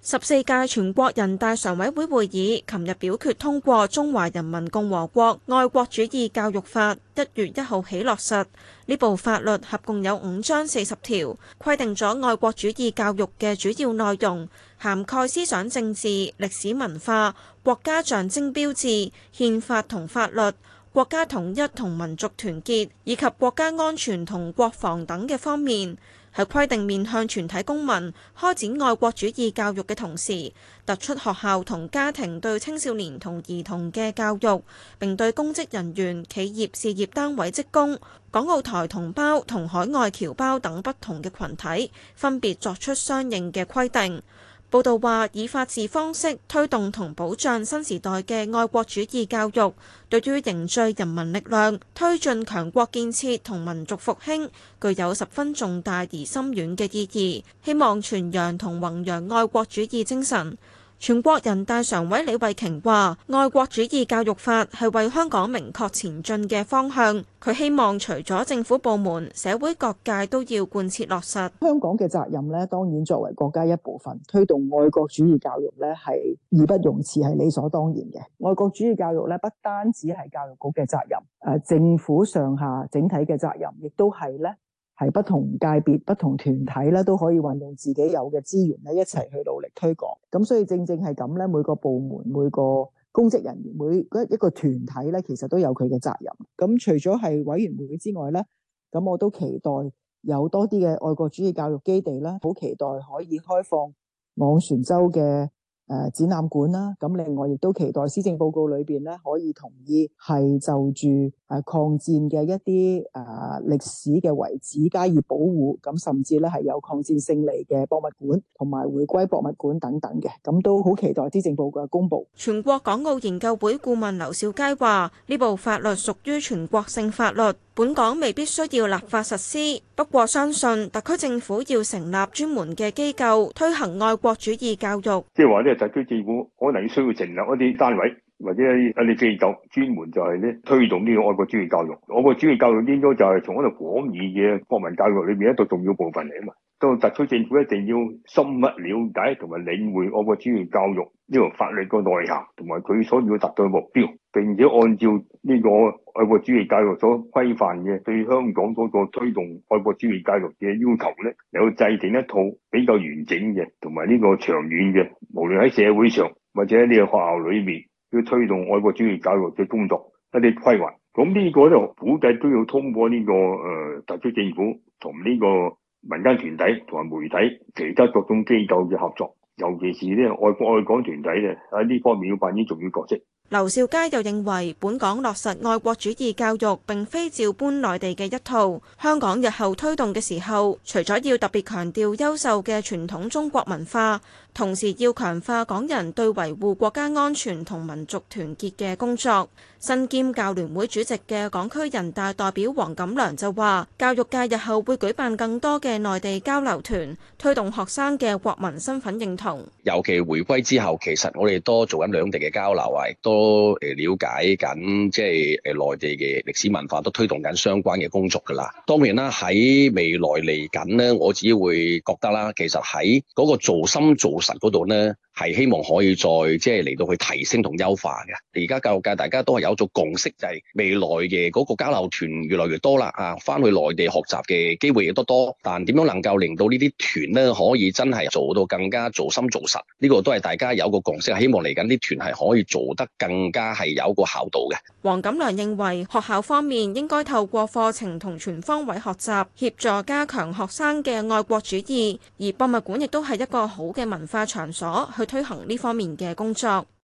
14屆全國人大常委會會議琴日表決通過《中華人民共和國愛國主義教育法》，1月1號起落實。呢部法律合共有5章40條，規定咗愛國主義教育嘅主要內容，涵蓋思想政治、歷史文化、國家象徵標誌、憲法同法律、國家統一同民族團結，以及國家安全同國防等嘅方面。係規定面向全體公民開展愛國主義教育嘅同時，突出學校同家庭對青少年同兒童嘅教育，並對公職人員、企業事業單位職工、港澳台同胞同海外僑胞等不同嘅群體，分別作出相應嘅規定。報道話，以法治方式推動同保障新時代嘅愛國主義教育，對於凝聚人民力量、推進強國建設同民族復興，具有十分重大而深遠嘅意義。希望傳揚同弘揚愛國主義精神。全國人大常委李慧瓊話：愛國主義教育法係為香港明確前進嘅方向。佢希望除咗政府部門，社會各界都要貫徹落實。 香港嘅責任咧，當然作為國家一部分，推動愛國主義教育咧係義不容辭，係理所當然嘅。愛國主義教育咧，不單止係教育局嘅責任，政府上下整體嘅責任，亦都係咧。係不同界別、不同團體咧，都可以運用自己有嘅資源咧，一齊去努力推廣。咁所以正正係咁咧，每個部門、每個公職人員、每一個團體咧，其實都有佢嘅責任。咁除咗係委員會之外咧，咁我都期待有多啲嘅愛國主義教育基地啦，好期待可以開放昂船洲嘅展覽館啦，咁另外亦都期待施政報告裏邊咧可以同意係就住抗戰嘅一啲歷史嘅遺址加以保護，咁甚至咧係有抗戰勝利嘅博物館同埋回歸博物館等等嘅，咁都好期待施政報告嘅公布。 全國港澳研究會顧問劉兆佳話：呢部法律屬於全國性法律，本港未必需要立法實施，不過相信特區政府要成立專門嘅機構推行愛國主義教育。 即係話咧，特區政府可能需要成立一啲單位或者一啲機構，專門就係咧推動呢個愛國主義教育。愛國主義教育應該就係從一個廣義嘅國民教育裏邊一個重要部分嚟啊嘛。到特區政府一定要深入了解同埋領會愛國主義教育呢個法律個內涵同埋佢所要達到嘅目標，並且按照呢個愛國主義教育所規範嘅對香港嗰個推動愛國主義教育嘅要求咧，有制定一套比較完整嘅同埋呢個長遠嘅，無論喺社會上或者喺呢個學校裏面要推動愛國主義教育嘅工作一啲規劃。咁呢個咧估計都要通過呢個特區政府同呢個民間團體同埋媒體其他各種機構嘅合作，尤其是呢愛國愛港團體咧喺呢方面要扮演重要角色。 劉兆佳又認為，本港落實愛國主義教育並非照搬內地嘅一套。香港日後推動嘅時候，除咗要特別強調優秀嘅傳統中國文化，同時要強化港人對維護國家安全同民族團結嘅工作。身兼教聯會主席嘅港區人大代表黃錦良就話，教育界日後會舉辦更多嘅內地交流團，推動學生嘅國民身份認同。 尤其回歸之後，其實我哋多做緊兩地嘅交流啊，都了解緊即係內地嘅歷史文化，都推動緊相關嘅工作㗎啦。當然啦，喺未來嚟緊呢，我自己會覺得啦，其實喺嗰個做深做實嗰度呢，係希望可以再即係嚟到去提升同優化嘅。而家教育界大家都係有做共識，就係未來嘅嗰個交流團越來越多啦，翻去內地學習嘅機會亦都多。但點樣能夠令到呢啲團呢可以真係做到更加做深做實？呢個都係大家有個共識，希望嚟緊啲團係可以做得更加係有個效度嘅。 黃錦良認為學校方面應該透過課程同全方位學習，協助加強學生嘅愛國主義，而博物館亦都係一個好嘅文化場所去推行呢方面嘅工作。